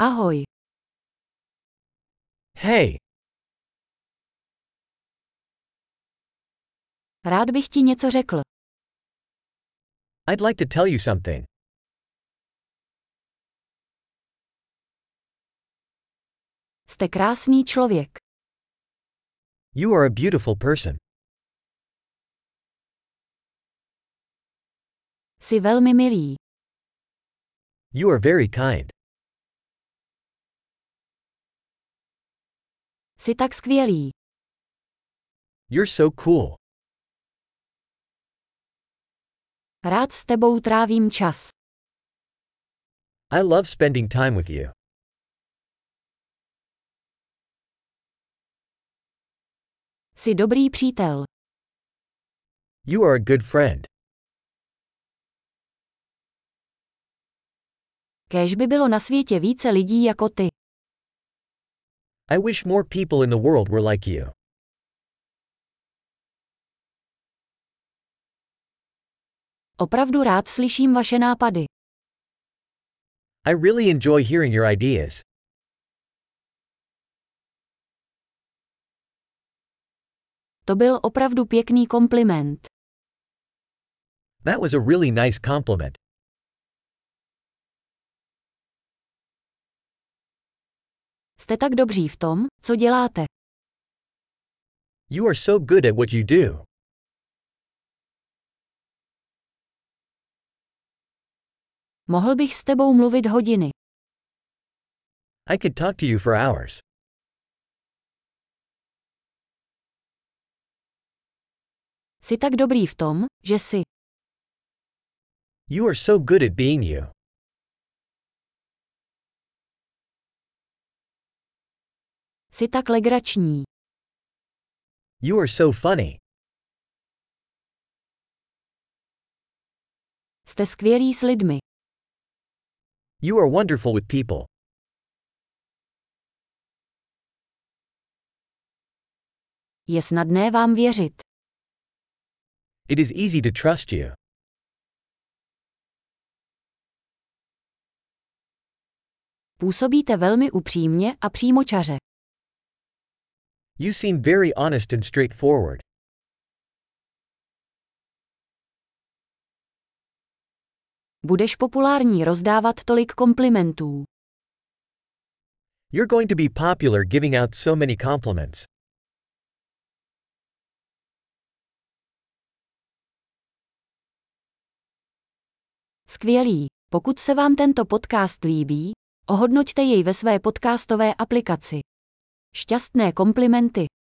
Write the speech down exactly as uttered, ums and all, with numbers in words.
Ahoj. Hey, Rád bych ti něco řekl. I'd like to tell you something. Jste krásný člověk. You are a beautiful person. Jsi velmi milý. You are very kind. Jsi tak skvělý. You're so cool. Rád s tebou trávím čas. I love spending time with you. Jsi dobrý přítel. You are a good friend. Kéž by bylo na světě více lidí jako ty. I wish more people in the world were like you. Opravdu rád slyším vaše nápady. I really enjoy hearing your ideas. To byl opravdu pěkný kompliment. That was a really nice compliment. Jste tak dobří v tom, co děláte. You are so good at what you do. Mohl bych s tebou mluvit hodiny. I could talk to you for hours. Jsi tak dobrý v tom, že jsi. You are so good at being you. Jsi tak legrační. You are so funny. Jste skvělý s lidmi. You are wonderful with people. Je snadné vám věřit. It is easy to trust you. Působíte velmi upřímně a přímočaře. You seem very honest and straightforward. Budeš populární rozdávat tolik komplimentů. You're going to be popular giving out so many compliments. Skvělý. Pokud se vám tento podcast líbí, ohodnoťte jej ve své podcastové aplikaci. Šťastné komplimenty.